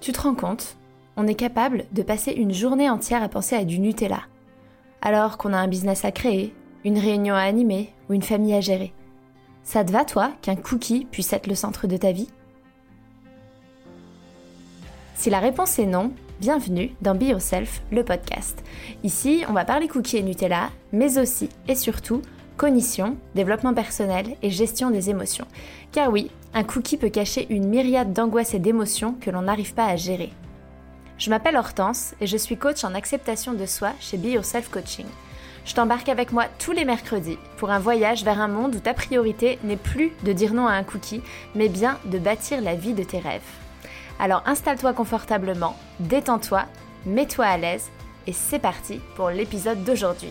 Tu te rends compte ? On est capable de passer une journée entière à penser à du Nutella, alors qu'on a un business à créer, une réunion à animer ou une famille à gérer. Ça te va, toi, qu'un cookie puisse être le centre de ta vie ? Si la réponse est non, bienvenue dans Be Yourself, le podcast. Ici, on va parler cookies et Nutella, mais aussi et surtout cognition, développement personnel et gestion des émotions. Car oui, un cookie peut cacher une myriade d'angoisses et d'émotions que l'on n'arrive pas à gérer. Je m'appelle Hortense et je suis coach en acceptation de soi chez Be Yourself Coaching. Je t'embarque avec moi tous les mercredis pour un voyage vers un monde où ta priorité n'est plus de dire non à un cookie, mais bien de bâtir la vie de tes rêves. Alors installe-toi confortablement, détends-toi, mets-toi à l'aise et c'est parti pour l'épisode d'aujourd'hui.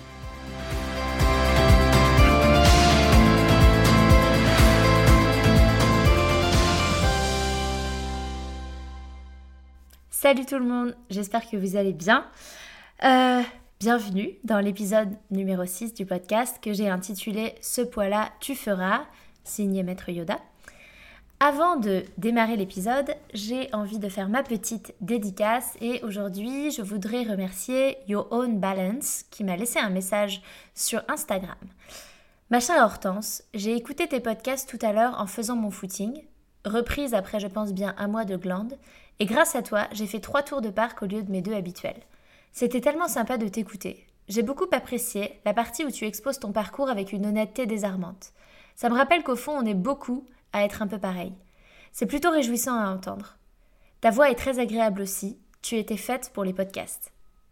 Salut tout le monde, j'espère que vous allez bien. Bienvenue dans l'épisode numéro 6 du podcast que j'ai intitulé « Ce poids-là, tu feras », signé Maître Yoda. Avant de démarrer l'épisode, j'ai envie de faire ma petite dédicace et aujourd'hui, je voudrais remercier Your Own Balance qui m'a laissé un message sur Instagram. Ma chère Hortense, j'ai écouté tes podcasts tout à l'heure en faisant mon footing, reprise après je pense bien un mois de glande, et grâce à toi, j'ai fait 3 tours de parc au lieu de mes 2 habituels. C'était tellement sympa de t'écouter. J'ai beaucoup apprécié la partie où tu exposes ton parcours avec une honnêteté désarmante. Ça me rappelle qu'au fond, on est beaucoup à être un peu pareil. C'est plutôt réjouissant à entendre. Ta voix est très agréable aussi. Tu étais faite pour les podcasts.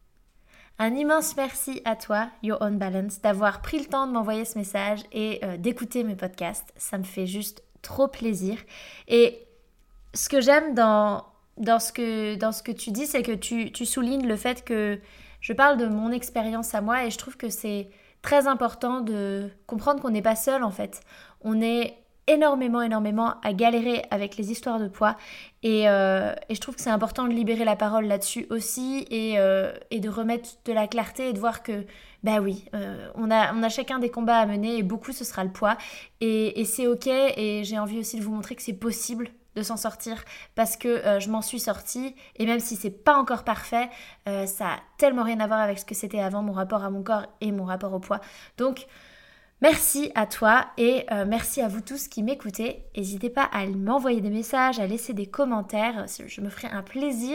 Un immense merci à toi, Your Own Balance, d'avoir pris le temps de m'envoyer ce message et d'écouter mes podcasts. Ça me fait juste trop plaisir. Et ce que j'aime dans ce que tu dis, c'est que tu soulignes le fait que je parle de mon expérience à moi et je trouve que c'est très important de comprendre qu'on n'est pas seul en fait. On est énormément à galérer avec les histoires de poids et je trouve que c'est important de libérer la parole là-dessus aussi et de remettre de la clarté et de voir que bah oui, on a chacun des combats à mener et beaucoup ce sera le poids et c'est ok et j'ai envie aussi de vous montrer que c'est possible de s'en sortir parce que je m'en suis sortie et même si c'est pas encore parfait, ça a tellement rien à voir avec ce que c'était avant, mon rapport à mon corps et mon rapport au poids. Donc merci à toi et merci à vous tous qui m'écoutez. N'hésitez pas à m'envoyer des messages, à laisser des commentaires, je me ferai un plaisir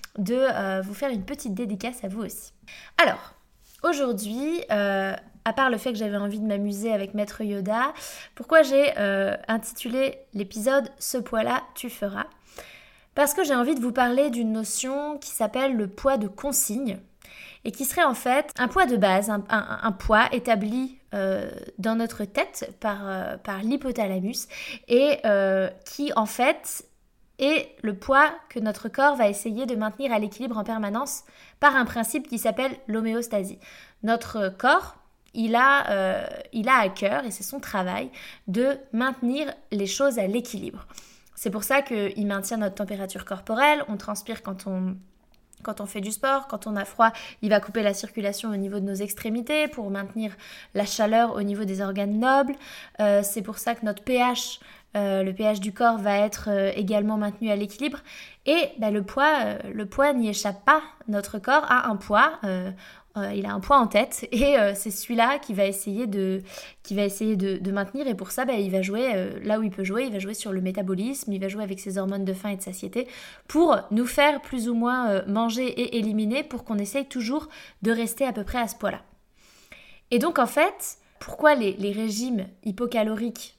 de vous faire une petite dédicace à vous aussi. Alors, aujourd'hui, à part le fait que j'avais envie de m'amuser avec Maître Yoda, pourquoi j'ai intitulé l'épisode « Ce poids-là, tu feras » ? Parce que j'ai envie de vous parler d'une notion qui s'appelle le poids de consigne et qui serait en fait un poids de base, un poids établi dans notre tête par l'hypothalamus et qui en fait est le poids que notre corps va essayer de maintenir à l'équilibre en permanence par un principe qui s'appelle l'homéostasie. Notre corps, il a à cœur, et c'est son travail, de maintenir les choses à l'équilibre. C'est pour ça qu'il maintient notre température corporelle, on transpire quand on fait du sport, quand on a froid, il va couper la circulation au niveau de nos extrémités pour maintenir la chaleur au niveau des organes nobles. C'est pour ça que notre pH, le pH du corps va être également maintenu à l'équilibre. Et le poids n'y échappe pas. Notre corps a un poids, il a un poids en tête et c'est celui-là qui va essayer de maintenir et pour ça il va jouer là où il peut jouer, il va jouer sur le métabolisme, il va jouer avec ses hormones de faim et de satiété pour nous faire plus ou moins manger et éliminer pour qu'on essaye toujours de rester à peu près à ce poids-là. Et donc en fait, pourquoi les régimes hypocaloriques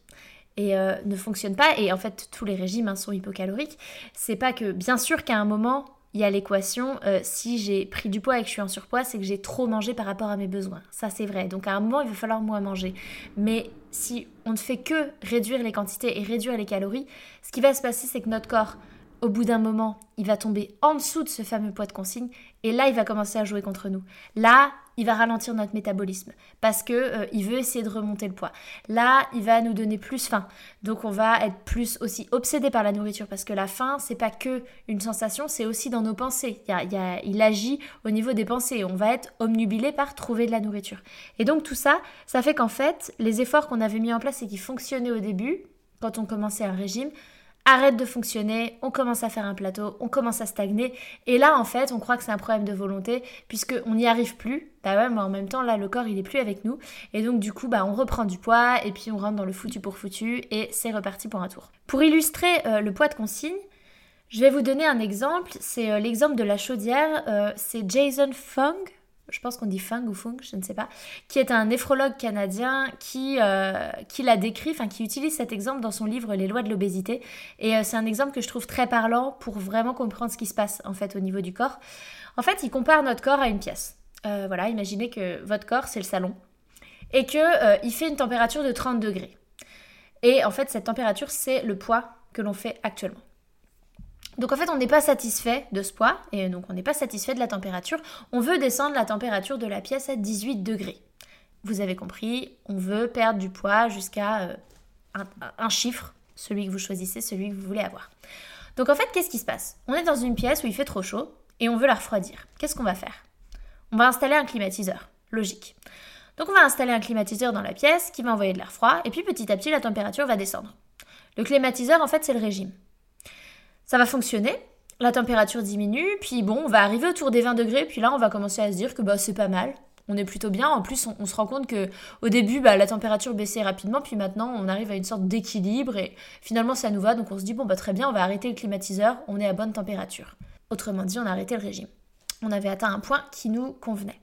ne fonctionnent pas, et en fait tous les régimes sont hypocaloriques, c'est pas que bien sûr qu'à un moment il y a l'équation, si j'ai pris du poids et que je suis en surpoids, c'est que j'ai trop mangé par rapport à mes besoins. Ça, c'est vrai. Donc, à un moment, il va falloir moins manger. Mais si on ne fait que réduire les quantités et réduire les calories, ce qui va se passer, c'est que notre corps, au bout d'un moment, il va tomber en dessous de ce fameux poids de consigne et là, il va commencer à jouer contre nous. Là, il va ralentir notre métabolisme parce que il veut essayer de remonter le poids. Là, il va nous donner plus faim. Donc, on va être plus aussi obsédé par la nourriture parce que la faim, c'est pas que une sensation, c'est aussi dans nos pensées. Il agit au niveau des pensées. On va être obnubilé par trouver de la nourriture. Et donc, tout ça, ça fait qu'en fait, les efforts qu'on avait mis en place et qui fonctionnaient au début, quand on commençait un régime, arrête de fonctionner, on commence à faire un plateau, on commence à stagner. Et là, en fait, on croit que c'est un problème de volonté puisqu'on n'y arrive plus. Bah ouais, mais en même temps, là, le corps, il est plus avec nous. Et donc, du coup, on reprend du poids et puis on rentre dans le foutu pour foutu et c'est reparti pour un tour. Pour illustrer le poids de consigne, je vais vous donner un exemple. C'est l'exemple de la chaudière. C'est Jason Fung. Je pense qu'on dit Fung ou Fung, je ne sais pas, qui est un néphrologue canadien qui l'a décrit, qui utilise cet exemple dans son livre Les lois de l'obésité. Et c'est un exemple que je trouve très parlant pour vraiment comprendre ce qui se passe en fait au niveau du corps. En fait, il compare notre corps à une pièce. Voilà, imaginez que votre corps, c'est le salon et qu'il fait une température de 30 degrés. Et en fait, cette température, c'est le poids que l'on fait actuellement. Donc en fait, on n'est pas satisfait de ce poids, et donc on n'est pas satisfait de la température. On veut descendre la température de la pièce à 18 degrés. Vous avez compris, on veut perdre du poids jusqu'à un chiffre, celui que vous choisissez, celui que vous voulez avoir. Donc en fait, qu'est-ce qui se passe ? On est dans une pièce où il fait trop chaud, et on veut la refroidir. Qu'est-ce qu'on va faire ? On va installer un climatiseur, logique. Donc on va installer un climatiseur dans la pièce qui va envoyer de l'air froid, et puis petit à petit, la température va descendre. Le climatiseur, en fait, c'est le régime. Ça va fonctionner, la température diminue, puis on va arriver autour des 20 degrés, puis là on va commencer à se dire que c'est pas mal, on est plutôt bien. En plus on se rend compte qu'au début la température baissait rapidement, puis maintenant on arrive à une sorte d'équilibre et finalement ça nous va, donc on se dit très bien, on va arrêter le climatiseur, on est à bonne température. Autrement dit, on a arrêté le régime. On avait atteint un point qui nous convenait.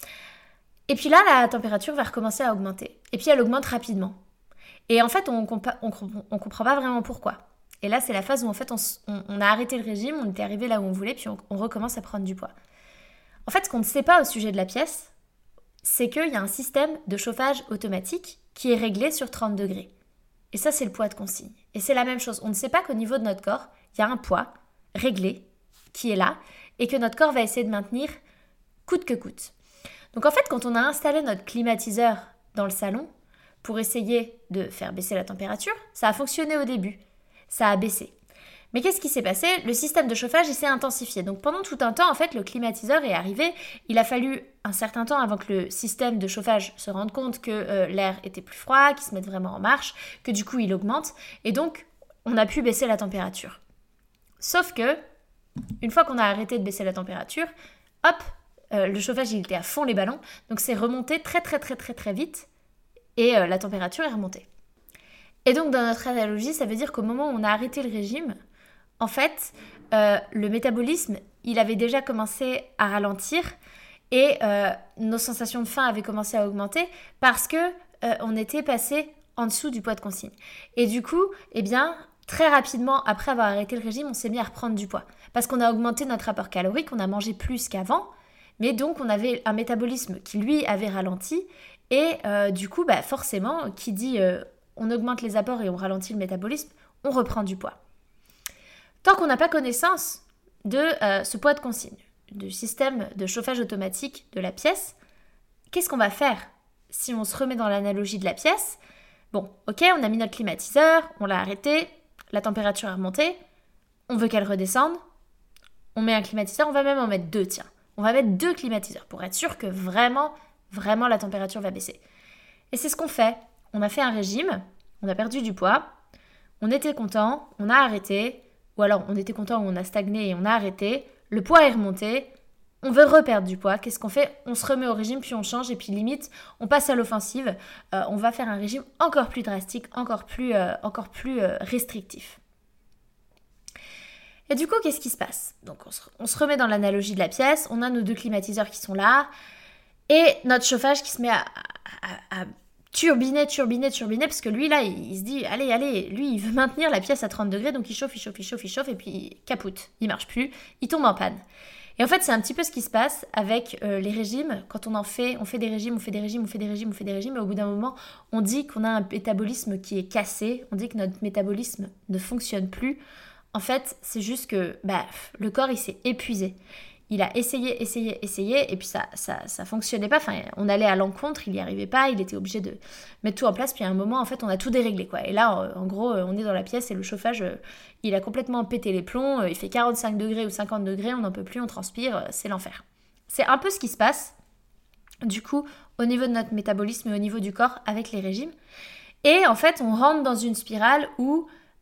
Et puis là la température va recommencer à augmenter, et puis elle augmente rapidement. Et en fait on comprend pas vraiment pourquoi. Et là, c'est la phase où en fait on a arrêté le régime, on était arrivé là où on voulait, puis on recommence à prendre du poids. En fait, ce qu'on ne sait pas au sujet de la pièce, c'est qu'il y a un système de chauffage automatique qui est réglé sur 30 degrés. Et ça, c'est le poids de consigne. Et c'est la même chose. On ne sait pas qu'au niveau de notre corps, il y a un poids réglé qui est là et que notre corps va essayer de maintenir coûte que coûte. Donc en fait, quand on a installé notre climatiseur dans le salon pour essayer de faire baisser la température, ça a fonctionné au début. Ça a baissé. Mais qu'est-ce qui s'est passé ? Le système de chauffage s'est intensifié. Donc pendant tout un temps, en fait, le climatiseur est arrivé. Il a fallu un certain temps avant que le système de chauffage se rende compte que l'air était plus froid, qu'il se mette vraiment en marche, que du coup il augmente. Et donc, on a pu baisser la température. Sauf que, une fois qu'on a arrêté de baisser la température, le chauffage il était à fond les ballons. Donc c'est remonté très très très très très vite. Et la température est remontée. Et donc, dans notre analogie, ça veut dire qu'au moment où on a arrêté le régime, en fait, le métabolisme, il avait déjà commencé à ralentir et nos sensations de faim avaient commencé à augmenter parce que on était passé en dessous du poids de consigne. Et du coup, très rapidement, après avoir arrêté le régime, on s'est mis à reprendre du poids parce qu'on a augmenté notre rapport calorique, on a mangé plus qu'avant, mais donc on avait un métabolisme qui, lui, avait ralenti et du coup, forcément, qui dit... on augmente les apports et on ralentit le métabolisme, on reprend du poids. Tant qu'on n'a pas connaissance de ce poids de consigne, du système de chauffage automatique de la pièce, qu'est-ce qu'on va faire si on se remet dans l'analogie de la pièce ? On a mis notre climatiseur, on l'a arrêté, la température est remontée, on veut qu'elle redescende, on met un climatiseur, on va même en mettre 2, tiens. On va mettre 2 climatiseurs pour être sûr que vraiment la température va baisser. Et c'est ce qu'on fait. On a fait un régime, on a perdu du poids, on était content, on a arrêté, ou alors on était content, on a stagné et on a arrêté, le poids est remonté, on veut reperdre du poids, qu'est-ce qu'on fait ? On se remet au régime, puis on change, et puis limite, on passe à l'offensive, on va faire un régime encore plus drastique, encore plus restrictif. Et du coup, qu'est-ce qui se passe ? Donc on se remet dans l'analogie de la pièce, on a nos 2 climatiseurs qui sont là, et notre chauffage qui se met à turbiner, parce que lui, là, il se dit, allez, lui, il veut maintenir la pièce à 30 degrés, donc il chauffe, et puis il capoute, il marche plus, il tombe en panne. Et en fait, c'est un petit peu ce qui se passe avec les régimes. Quand on fait des régimes, et au bout d'un moment, on dit qu'on a un métabolisme qui est cassé, on dit que notre métabolisme ne fonctionne plus. En fait, c'est juste que le corps, il s'est épuisé. Il a essayé, et puis ça fonctionnait pas. Enfin, on allait à l'encontre, il n'y arrivait pas, il était obligé de mettre tout en place. Puis à un moment, en fait, on a tout déréglé, quoi. Et là, en gros, on est dans la pièce et le chauffage, il a complètement pété les plombs. Il fait 45 degrés ou 50 degrés, on n'en peut plus, on transpire, c'est l'enfer. C'est un peu ce qui se passe, du coup, au niveau de notre métabolisme et au niveau du corps avec les régimes. Et en fait, on rentre dans une spirale où,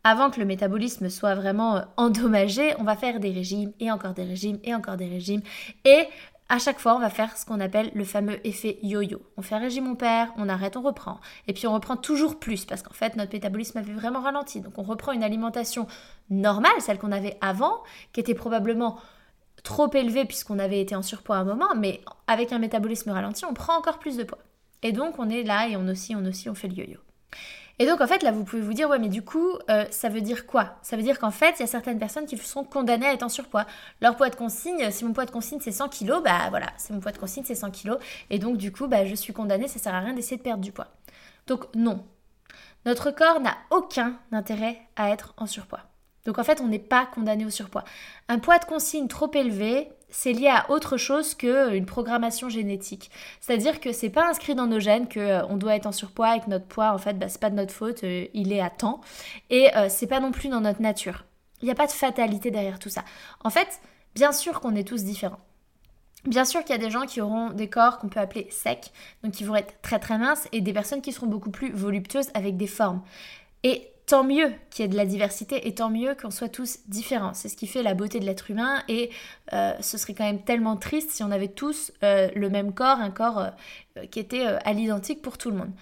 avant que le métabolisme soit vraiment endommagé, on va faire des régimes et encore des régimes et encore des régimes. Et à chaque fois, on va faire ce qu'on appelle le fameux effet yo-yo. On fait un régime, on perd, on arrête, on reprend. Et puis on reprend toujours plus parce qu'en fait, notre métabolisme avait vraiment ralenti. Donc on reprend une alimentation normale, celle qu'on avait avant, qui était probablement trop élevée puisqu'on avait été en surpoids à un moment, mais avec un métabolisme ralenti, on prend encore plus de poids. Et donc on est là et on oscille, on fait le yo-yo. Et donc en fait là vous pouvez vous dire ouais mais du coup ça veut dire quoi? Ça veut dire qu'en fait il y a certaines personnes qui sont condamnées à être en surpoids. Leur poids de consigne, si mon poids de consigne c'est 100 kg, bah voilà, c'est mon poids de consigne c'est 100 kg et donc du coup bah je suis condamnée, ça sert à rien d'essayer de perdre du poids. Donc non, notre corps n'a aucun intérêt à être en surpoids. Donc en fait, on n'est pas condamné au surpoids. Un poids de consigne trop élevé, c'est lié à autre chose qu'une programmation génétique. C'est-à-dire que c'est pas inscrit dans nos gènes qu'on doit être en surpoids et que notre poids, en fait, c'est pas de notre faute, il est à temps. Et c'est pas non plus dans notre nature. Il n'y a pas de fatalité derrière tout ça. En fait, bien sûr qu'on est tous différents. Bien sûr qu'il y a des gens qui auront des corps qu'on peut appeler secs, donc qui vont être très très minces, et des personnes qui seront beaucoup plus voluptueuses avec des formes. Et tant mieux qu'il y ait de la diversité et tant mieux qu'on soit tous différents. C'est ce qui fait la beauté de l'être humain et ce serait quand même tellement triste si on avait tous le même corps, un corps qui était à l'identique pour tout le monde.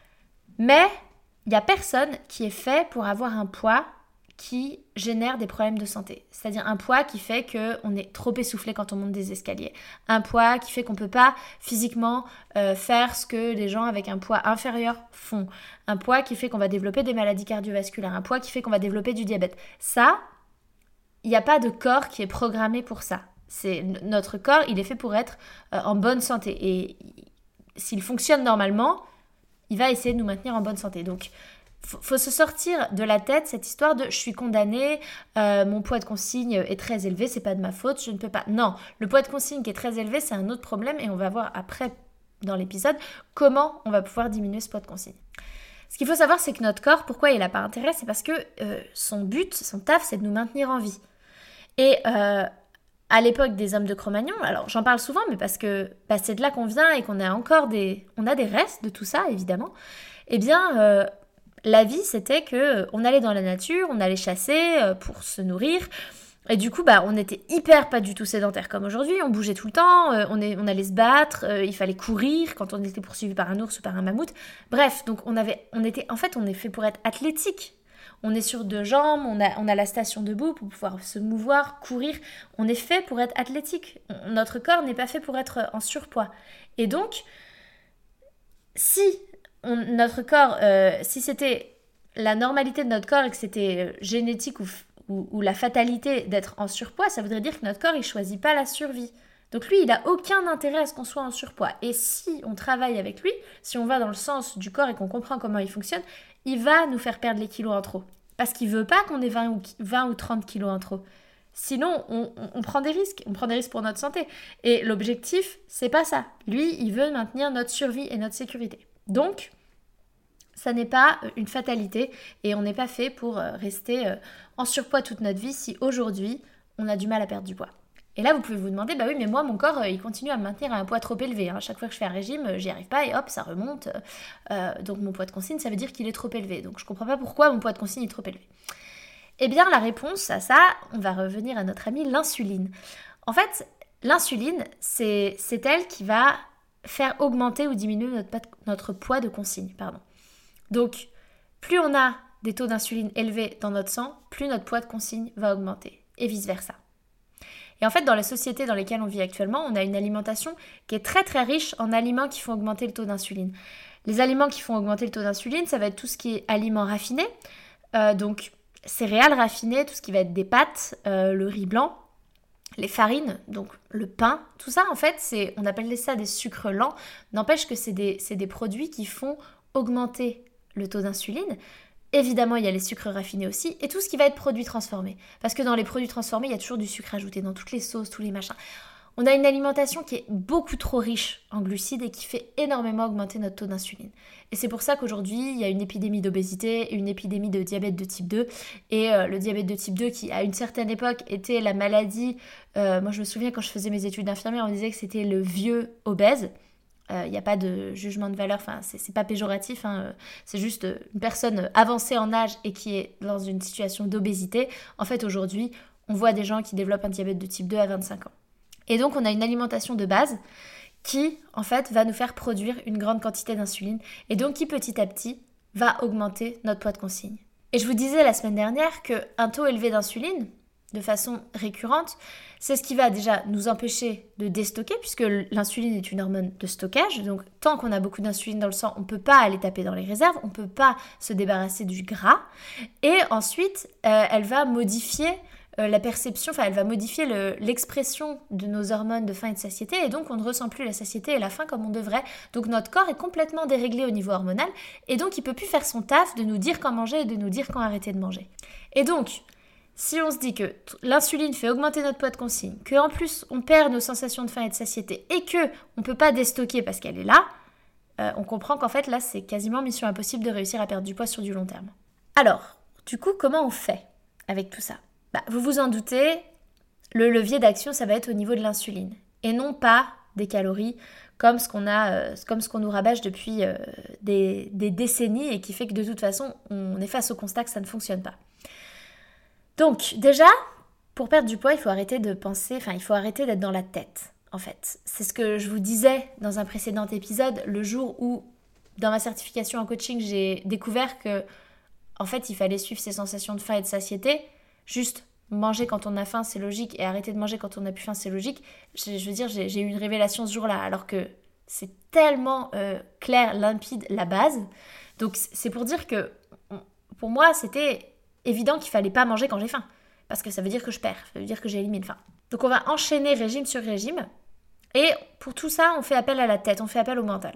Mais il n'y a personne qui est fait pour avoir un poids qui génère des problèmes de santé. C'est-à-dire un poids qui fait qu'on est trop essoufflé quand on monte des escaliers. Un poids qui fait qu'on ne peut pas physiquement faire ce que les gens avec un poids inférieur font. Un poids qui fait qu'on va développer des maladies cardiovasculaires. Un poids qui fait qu'on va développer du diabète. Ça, il n'y a pas de corps qui est programmé pour ça. Notre corps, il est fait pour être en bonne santé. Et s'il fonctionne normalement, il va essayer de nous maintenir en bonne santé. Donc, faut se sortir de la tête cette histoire de je suis condamnée, mon poids de consigne est très élevé, c'est pas de ma faute, je ne peux pas. Non, le poids de consigne qui est très élevé, c'est un autre problème et on va voir après dans l'épisode comment on va pouvoir diminuer ce poids de consigne. Ce qu'il faut savoir, c'est que notre corps, pourquoi il n'a pas intérêt, c'est parce que son but, son taf, c'est de nous maintenir en vie. Et à l'époque des hommes de Cro-Magnon, alors j'en parle souvent, mais parce que c'est de là qu'on vient et qu'on a encore on a des restes de tout ça, évidemment. Eh bien, la vie, c'était qu'on allait dans la nature, on allait chasser pour se nourrir. Et du coup, on était hyper pas du tout sédentaire comme aujourd'hui. On bougeait tout le temps, on allait se battre, il fallait courir quand on était poursuivi par un ours ou par un mammouth. Bref, donc on est fait pour être athlétique. On est sur deux jambes, on a la station debout pour pouvoir se mouvoir, courir. On est fait pour être athlétique. Notre corps n'est pas fait pour être en surpoids. Et donc, si notre corps, si c'était la normalité de notre corps et que c'était génétique ou la fatalité d'être en surpoids, ça voudrait dire que notre corps, il choisit pas la survie. Donc lui, il a aucun intérêt à ce qu'on soit en surpoids. Et si on travaille avec lui, si on va dans le sens du corps et qu'on comprend comment il fonctionne, il va nous faire perdre les kilos en trop. Parce qu'il veut pas qu'on ait 20 ou 30 kilos en trop. Sinon, on prend des risques. On prend des risques pour notre santé. Et l'objectif, c'est pas ça. Lui, il veut maintenir notre survie et notre sécurité. Donc, ça n'est pas une fatalité et on n'est pas fait pour rester en surpoids toute notre vie si aujourd'hui, on a du mal à perdre du poids. Et là, vous pouvez vous demander, oui, mais moi, mon corps, il continue à me maintenir à un poids trop élevé. Hein. Chaque fois que je fais un régime, j'y arrive pas et hop, ça remonte. Donc mon poids de consigne, ça veut dire qu'il est trop élevé. Donc je comprends pas pourquoi mon poids de consigne est trop élevé. Eh bien, la réponse à ça, on va revenir à notre amie l'insuline. En fait, l'insuline, c'est elle qui va faire augmenter ou diminuer notre poids de consigne. Donc, plus on a des taux d'insuline élevés dans notre sang, plus notre poids de consigne va augmenter, et vice-versa. Et en fait, dans les sociétés dans lesquelles on vit actuellement, on a une alimentation qui est très très riche en aliments qui font augmenter le taux d'insuline. Les aliments qui font augmenter le taux d'insuline, ça va être tout ce qui est aliments raffinés, donc céréales raffinées, tout ce qui va être des pâtes, le riz blanc, les farines, donc le pain, tout ça en fait, on appelle ça des sucres lents, n'empêche que c'est des produits qui font augmenter le taux d'insuline. Évidemment, il y a les sucres raffinés aussi, et tout ce qui va être produit transformé. Parce que dans les produits transformés, il y a toujours du sucre ajouté, dans toutes les sauces, tous les machins. On a une alimentation qui est beaucoup trop riche en glucides et qui fait énormément augmenter notre taux d'insuline. Et c'est pour ça qu'aujourd'hui, il y a une épidémie d'obésité, une épidémie de diabète de type 2. Et le diabète de type 2 qui, à une certaine époque, était la maladie... moi, je me souviens quand je faisais mes études d'infirmière, on disait que c'était le vieux obèse. Il n'y a pas de jugement de valeur, enfin, c'est pas péjoratif, hein, c'est juste une personne avancée en âge et qui est dans une situation d'obésité. En fait, aujourd'hui, on voit des gens qui développent un diabète de type 2 à 25 ans. Et donc, on a une alimentation de base qui, en fait, va nous faire produire une grande quantité d'insuline et donc qui, petit à petit, va augmenter notre poids de consigne. Et je vous disais la semaine dernière qu'un taux élevé d'insuline, de façon récurrente, c'est ce qui va déjà nous empêcher de déstocker, puisque l'insuline est une hormone de stockage. Donc, tant qu'on a beaucoup d'insuline dans le sang, on ne peut pas aller taper dans les réserves, on ne peut pas se débarrasser du gras. Et ensuite, elle va modifier la perception, enfin, elle va modifier l'expression de nos hormones de faim et de satiété, et donc on ne ressent plus la satiété et la faim comme on devrait. Donc, notre corps est complètement déréglé au niveau hormonal, et donc il ne peut plus faire son taf de nous dire quand manger et de nous dire quand arrêter de manger. Et donc, si on se dit que l'insuline fait augmenter notre poids de consigne, qu'en plus on perd nos sensations de faim et de satiété et qu'on ne peut pas déstocker parce qu'elle est là, on comprend qu'en fait là c'est quasiment mission impossible de réussir à perdre du poids sur du long terme. Alors, du coup, comment on fait avec tout ça ? Vous vous en doutez, le levier d'action ça va être au niveau de l'insuline et non pas des calories comme ce qu'on nous rabâche depuis des décennies et qui fait que de toute façon on est face au constat que ça ne fonctionne pas. Donc déjà, pour perdre du poids, il faut arrêter de penser, il faut arrêter d'être dans la tête, en fait. C'est ce que je vous disais dans un précédent épisode, le jour où, dans ma certification en coaching, j'ai découvert que, en fait, il fallait suivre ses sensations de faim et de satiété. Juste manger quand on a faim, c'est logique, et arrêter de manger quand on n'a plus faim, c'est logique. Je veux dire, j'ai eu une révélation ce jour-là, alors que c'est tellement clair, limpide, la base. Donc c'est pour dire que, pour moi, c'était évident qu'il fallait pas manger quand j'ai faim, parce que ça veut dire que je perds, ça veut dire que j'élimine faim. Donc on va enchaîner régime sur régime, et pour tout ça, on fait appel à la tête, on fait appel au mental.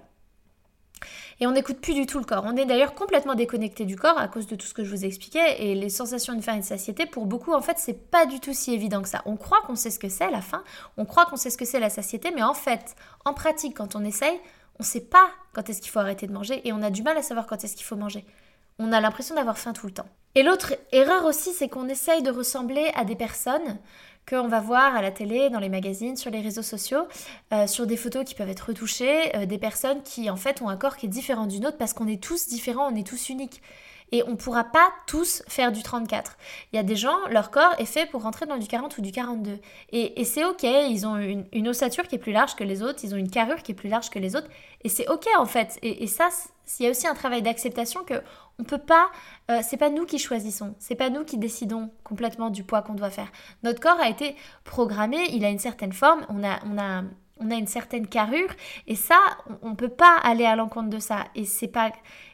Et on n'écoute plus du tout le corps. On est d'ailleurs complètement déconnecté du corps à cause de tout ce que je vous expliquais, et les sensations de faim et de satiété, pour beaucoup, en fait, c'est pas du tout si évident que ça. On croit qu'on sait ce que c'est la faim, on croit qu'on sait ce que c'est la satiété, mais en fait, en pratique, quand on essaye, on sait pas quand est-ce qu'il faut arrêter de manger, et on a du mal à savoir quand est-ce qu'il faut manger. On a l'impression d'avoir faim tout le temps. Et l'autre erreur aussi, c'est qu'on essaye de ressembler à des personnes qu'on va voir à la télé, dans les magazines, sur les réseaux sociaux, sur des photos qui peuvent être retouchées, des personnes qui en fait ont un corps qui est différent du nôtre parce qu'on est tous différents, on est tous uniques. Et on ne pourra pas tous faire du 34. Il y a des gens, leur corps est fait pour rentrer dans du 40 ou du 42. Et c'est ok, ils ont une ossature qui est plus large que les autres, ils ont une carrure qui est plus large que les autres, et c'est ok en fait. Et ça, il y a aussi un travail d'acceptation que on peut pas, c'est pas nous qui choisissons, c'est pas nous qui décidons complètement du poids qu'on doit faire. Notre corps a été programmé, il a une certaine forme, on a une certaine carrure, et ça, on peut pas aller à l'encontre de ça. Et c'est pas...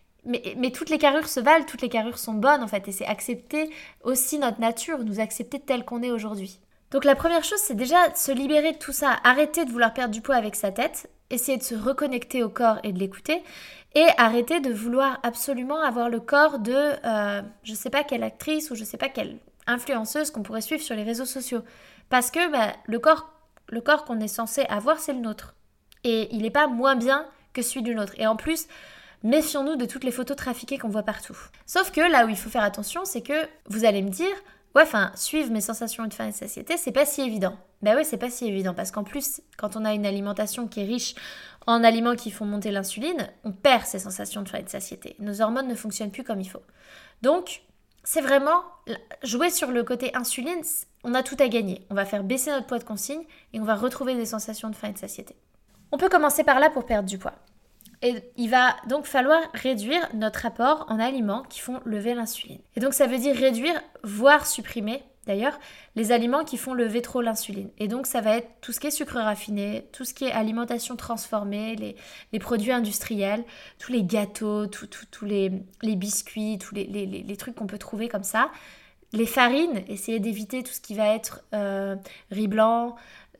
Mais toutes les carrures se valent, toutes les carrures sont bonnes en fait, et c'est accepter aussi notre nature, nous accepter tel qu'on est aujourd'hui. Donc la première chose, c'est déjà de se libérer de tout ça, arrêter de vouloir perdre du poids avec sa tête, essayer de se reconnecter au corps et de l'écouter, et arrêter de vouloir absolument avoir le corps de je sais pas quelle actrice ou je sais pas quelle influenceuse qu'on pourrait suivre sur les réseaux sociaux. Parce que le corps qu'on est censé avoir, c'est le nôtre. Et il n'est pas moins bien que celui du nôtre. Et en plus, méfions-nous de toutes les photos trafiquées qu'on voit partout. Sauf que là où il faut faire attention, c'est que vous allez me dire, suivre mes sensations de faim et de satiété, c'est pas si évident. Oui, c'est pas si évident, parce qu'en plus, quand on a une alimentation qui est riche en aliments qui font monter l'insuline, on perd ces sensations de faim et de satiété. Nos hormones ne fonctionnent plus comme il faut. Donc, c'est vraiment jouer sur le côté insuline, on a tout à gagner. On va faire baisser notre poids de consigne et on va retrouver des sensations de faim et de satiété. On peut commencer par là pour perdre du poids. Et il va donc falloir réduire notre apport en aliments qui font lever l'insuline. Et donc ça veut dire réduire, voire supprimer d'ailleurs, les aliments qui font lever trop l'insuline. Et donc ça va être tout ce qui est sucre raffiné, tout ce qui est alimentation transformée, les produits industriels, tous les gâteaux, tous les biscuits, tous les trucs qu'on peut trouver comme ça. Les farines, essayer d'éviter tout ce qui va être riz blanc,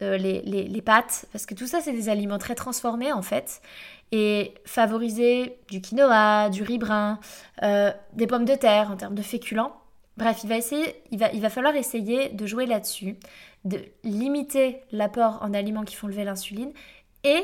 les pâtes, parce que tout ça c'est des aliments très transformés en fait. Et favoriser du quinoa, du riz brun, des pommes de terre en termes de féculents. Bref, il va falloir essayer de jouer là-dessus, de limiter l'apport en aliments qui font lever l'insuline et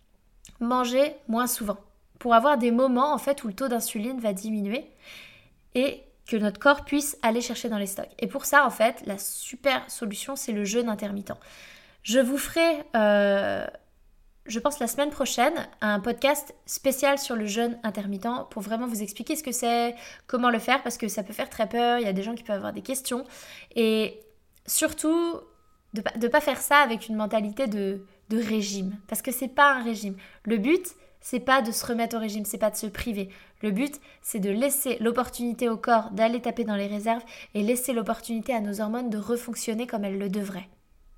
manger moins souvent pour avoir des moments en fait où le taux d'insuline va diminuer et que notre corps puisse aller chercher dans les stocks. Et pour ça, en fait, la super solution, c'est le jeûne intermittent. Je vous ferai je pense la semaine prochaine, un podcast spécial sur le jeûne intermittent pour vraiment vous expliquer ce que c'est, comment le faire, parce que ça peut faire très peur, il y a des gens qui peuvent avoir des questions. Et surtout, de pas faire ça avec une mentalité de régime, parce que c'est pas un régime. Le but, c'est pas de se remettre au régime, c'est pas de se priver. Le but, c'est de laisser l'opportunité au corps d'aller taper dans les réserves et laisser l'opportunité à nos hormones de refonctionner comme elles le devraient.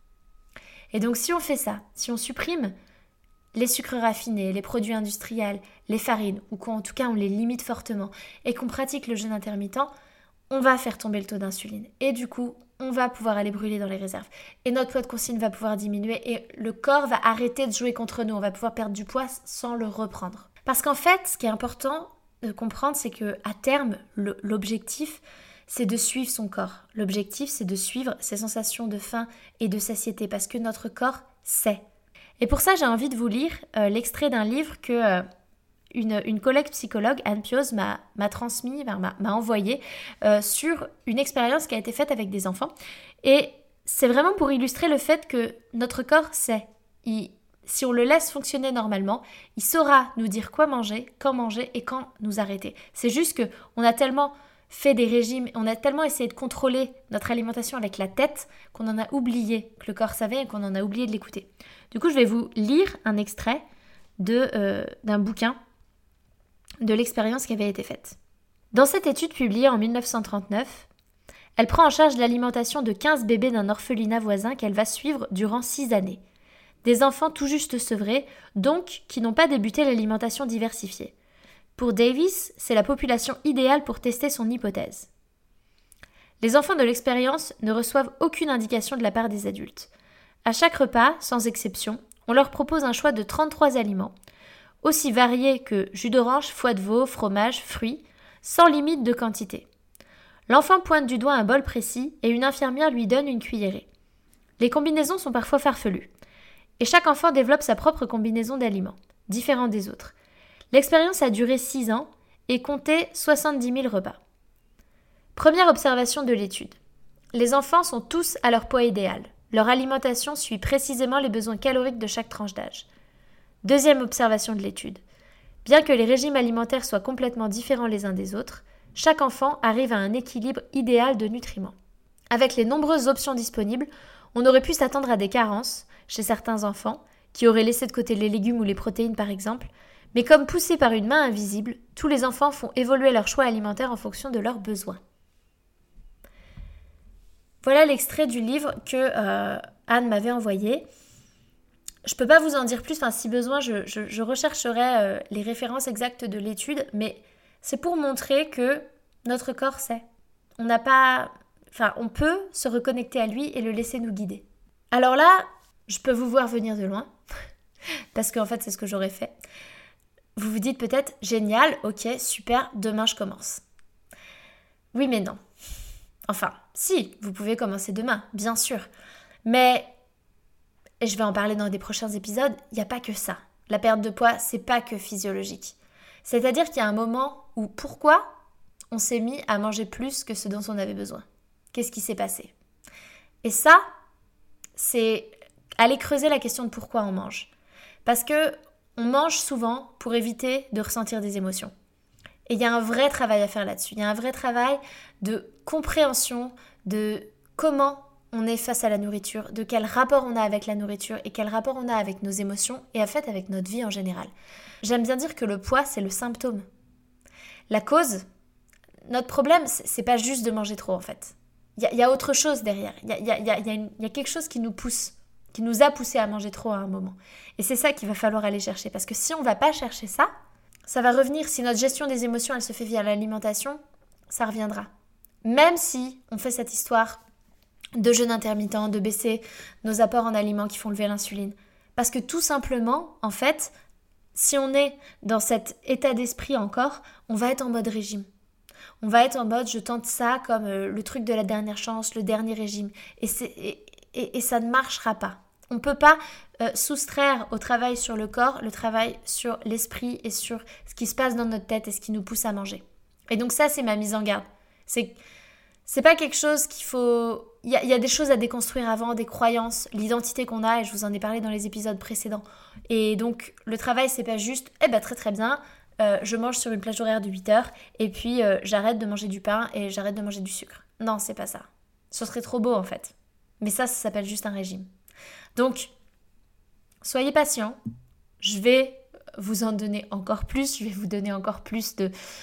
Et donc si on fait ça, si on supprime les sucres raffinés, les produits industriels, les farines, ou qu'en tout cas on les limite fortement, et qu'on pratique le jeûne intermittent, on va faire tomber le taux d'insuline. Et du coup, on va pouvoir aller brûler dans les réserves. Et notre poids de consigne va pouvoir diminuer et le corps va arrêter de jouer contre nous. On va pouvoir perdre du poids sans le reprendre. Parce qu'en fait, ce qui est important de comprendre, c'est qu'à terme, l'objectif, c'est de suivre son corps. L'objectif, c'est de suivre ses sensations de faim et de satiété parce que notre corps sait. Et pour ça, j'ai envie de vous lire l'extrait d'un livre que une collègue psychologue, Anne Pioz, m'a transmis, m'a envoyé sur une expérience qui a été faite avec des enfants. Et c'est vraiment pour illustrer le fait que notre corps sait. Si on le laisse fonctionner normalement, il saura nous dire quoi manger, quand manger et quand nous arrêter. C'est juste qu'on a tellement fait des régimes, on a tellement essayé de contrôler notre alimentation avec la tête qu'on en a oublié que le corps savait et qu'on en a oublié de l'écouter. Du coup, je vais vous lire un extrait d'un bouquin de l'expérience qui avait été faite. Dans cette étude publiée en 1939, elle prend en charge l'alimentation de 15 bébés d'un orphelinat voisin qu'elle va suivre durant 6 années. Des enfants tout juste sevrés, donc qui n'ont pas débuté l'alimentation diversifiée. Pour Davis, c'est la population idéale pour tester son hypothèse. Les enfants de l'expérience ne reçoivent aucune indication de la part des adultes. À chaque repas, sans exception, on leur propose un choix de 33 aliments, aussi variés que jus d'orange, foie de veau, fromage, fruits, sans limite de quantité. L'enfant pointe du doigt un bol précis et une infirmière lui donne une cuillerée. Les combinaisons sont parfois farfelues. Et chaque enfant développe sa propre combinaison d'aliments, différents des autres. L'expérience a duré 6 ans et comptait 70 000 repas. Première observation de l'étude. Les enfants sont tous à leur poids idéal. Leur alimentation suit précisément les besoins caloriques de chaque tranche d'âge. Deuxième observation de l'étude. Bien que les régimes alimentaires soient complètement différents les uns des autres, chaque enfant arrive à un équilibre idéal de nutriments. Avec les nombreuses options disponibles, on aurait pu s'attendre à des carences chez certains enfants, qui auraient laissé de côté les légumes ou les protéines par exemple, mais comme poussés par une main invisible, tous les enfants font évoluer leur choix alimentaire en fonction de leurs besoins. Voilà l'extrait du livre que Anne m'avait envoyé. Je ne peux pas vous en dire plus, si besoin je rechercherai les références exactes de l'étude, mais c'est pour montrer que notre corps sait. On peut se reconnecter à lui et le laisser nous guider. Alors là, je peux vous voir venir de loin, parce qu'en fait c'est ce que j'aurais fait. Vous vous dites peut-être, génial, ok, super, demain je commence. Oui mais non. Enfin, si, vous pouvez commencer demain, bien sûr. Mais, et je vais en parler dans des prochains épisodes, il n'y a pas que ça. La perte de poids, c'est pas que physiologique. C'est-à-dire qu'il y a un moment où, pourquoi on s'est mis à manger plus que ce dont on avait besoin? Qu'est-ce qui s'est passé? Et ça, c'est aller creuser la question de pourquoi on mange. Parce que on mange souvent pour éviter de ressentir des émotions. Et il y a un vrai travail à faire là-dessus. Il y a un vrai travail de compréhension de comment on est face à la nourriture, de quel rapport on a avec la nourriture et quel rapport on a avec nos émotions et en fait avec notre vie en général. J'aime bien dire que le poids, c'est le symptôme. La cause, notre problème, c'est pas juste de manger trop en fait. Il y a autre chose derrière. Il y a quelque chose qui nous pousse, qui nous a poussé à manger trop à un moment. Et c'est ça qu'il va falloir aller chercher. Parce que si on ne va pas chercher ça, ça va revenir. Si notre gestion des émotions, elle se fait via l'alimentation, ça reviendra. Même si on fait cette histoire de jeûne intermittent, de baisser nos apports en aliments qui font lever l'insuline. Parce que tout simplement, en fait, si on est dans cet état d'esprit encore, on va être en mode régime. On va être en mode, je tente ça comme le truc de la dernière chance, le dernier régime. Et ça ne marchera pas. On ne peut pas soustraire au travail sur le corps, le travail sur l'esprit et sur ce qui se passe dans notre tête et ce qui nous pousse à manger. Et donc ça, c'est ma mise en garde. C'est pas quelque chose qu'il faut il y a des choses à déconstruire avant, des croyances, l'identité qu'on a, et je vous en ai parlé dans les épisodes précédents. Et donc, le travail, c'est pas juste, très très bien, je mange sur une plage horaire de 8 heures, et puis j'arrête de manger du pain et j'arrête de manger du sucre. Non, c'est pas ça. Ce serait trop beau en fait. Mais ça s'appelle juste un régime. Donc, soyez patients. Je vais vous en donner encore plus. Je vais vous donner encore plus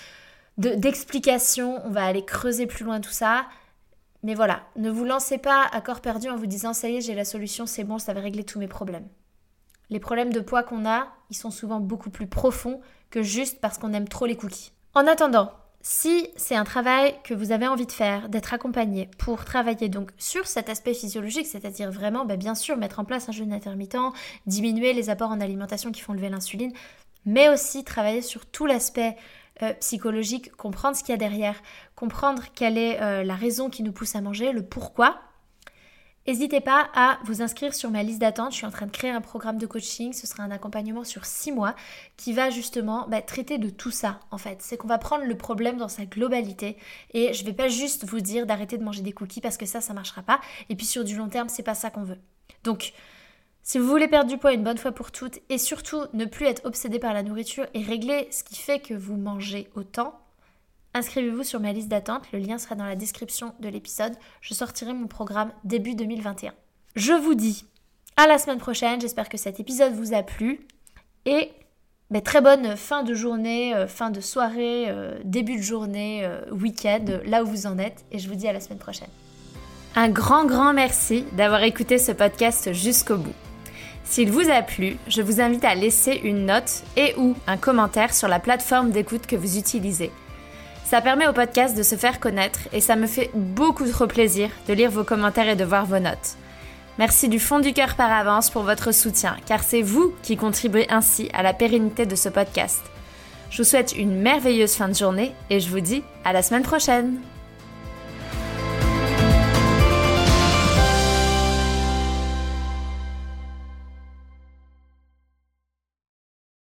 d'explications. On va aller creuser plus loin tout ça. Mais voilà, ne vous lancez pas à corps perdu en vous disant « ça y est, j'ai la solution, c'est bon, ça va régler tous mes problèmes ». Les problèmes de poids qu'on a, ils sont souvent beaucoup plus profonds que juste parce qu'on aime trop les cookies. En attendant, si c'est un travail que vous avez envie de faire, d'être accompagné pour travailler donc sur cet aspect physiologique, c'est-à-dire vraiment, bien sûr, mettre en place un jeûne intermittent, diminuer les apports en alimentation qui font lever l'insuline, mais aussi travailler sur tout l'aspect psychologique, comprendre ce qu'il y a derrière, comprendre quelle est la raison qui nous pousse à manger, le pourquoi. N'hésitez pas à vous inscrire sur ma liste d'attente. Je suis en train de créer un programme de coaching. Ce sera un accompagnement sur 6 mois qui va justement traiter de tout ça en fait. C'est qu'on va prendre le problème dans sa globalité et je ne vais pas juste vous dire d'arrêter de manger des cookies parce que ça ne marchera pas. Et puis sur du long terme, c'est pas ça qu'on veut. Donc, si vous voulez perdre du poids une bonne fois pour toutes et surtout ne plus être obsédé par la nourriture et régler ce qui fait que vous mangez autant, inscrivez-vous sur ma liste d'attente, le lien sera dans la description de l'épisode. Je sortirai mon programme début 2021. Je vous dis à la semaine prochaine, j'espère que cet épisode vous a plu et très bonne fin de journée, fin de soirée, début de journée, week-end, là où vous en êtes et je vous dis à la semaine prochaine. Un grand merci d'avoir écouté ce podcast jusqu'au bout. S'il vous a plu, je vous invite à laisser une note et ou un commentaire sur la plateforme d'écoute que vous utilisez. Ça permet au podcast de se faire connaître et ça me fait beaucoup trop plaisir de lire vos commentaires et de voir vos notes. Merci du fond du cœur par avance pour votre soutien, car c'est vous qui contribuez ainsi à la pérennité de ce podcast. Je vous souhaite une merveilleuse fin de journée et je vous dis à la semaine prochaine.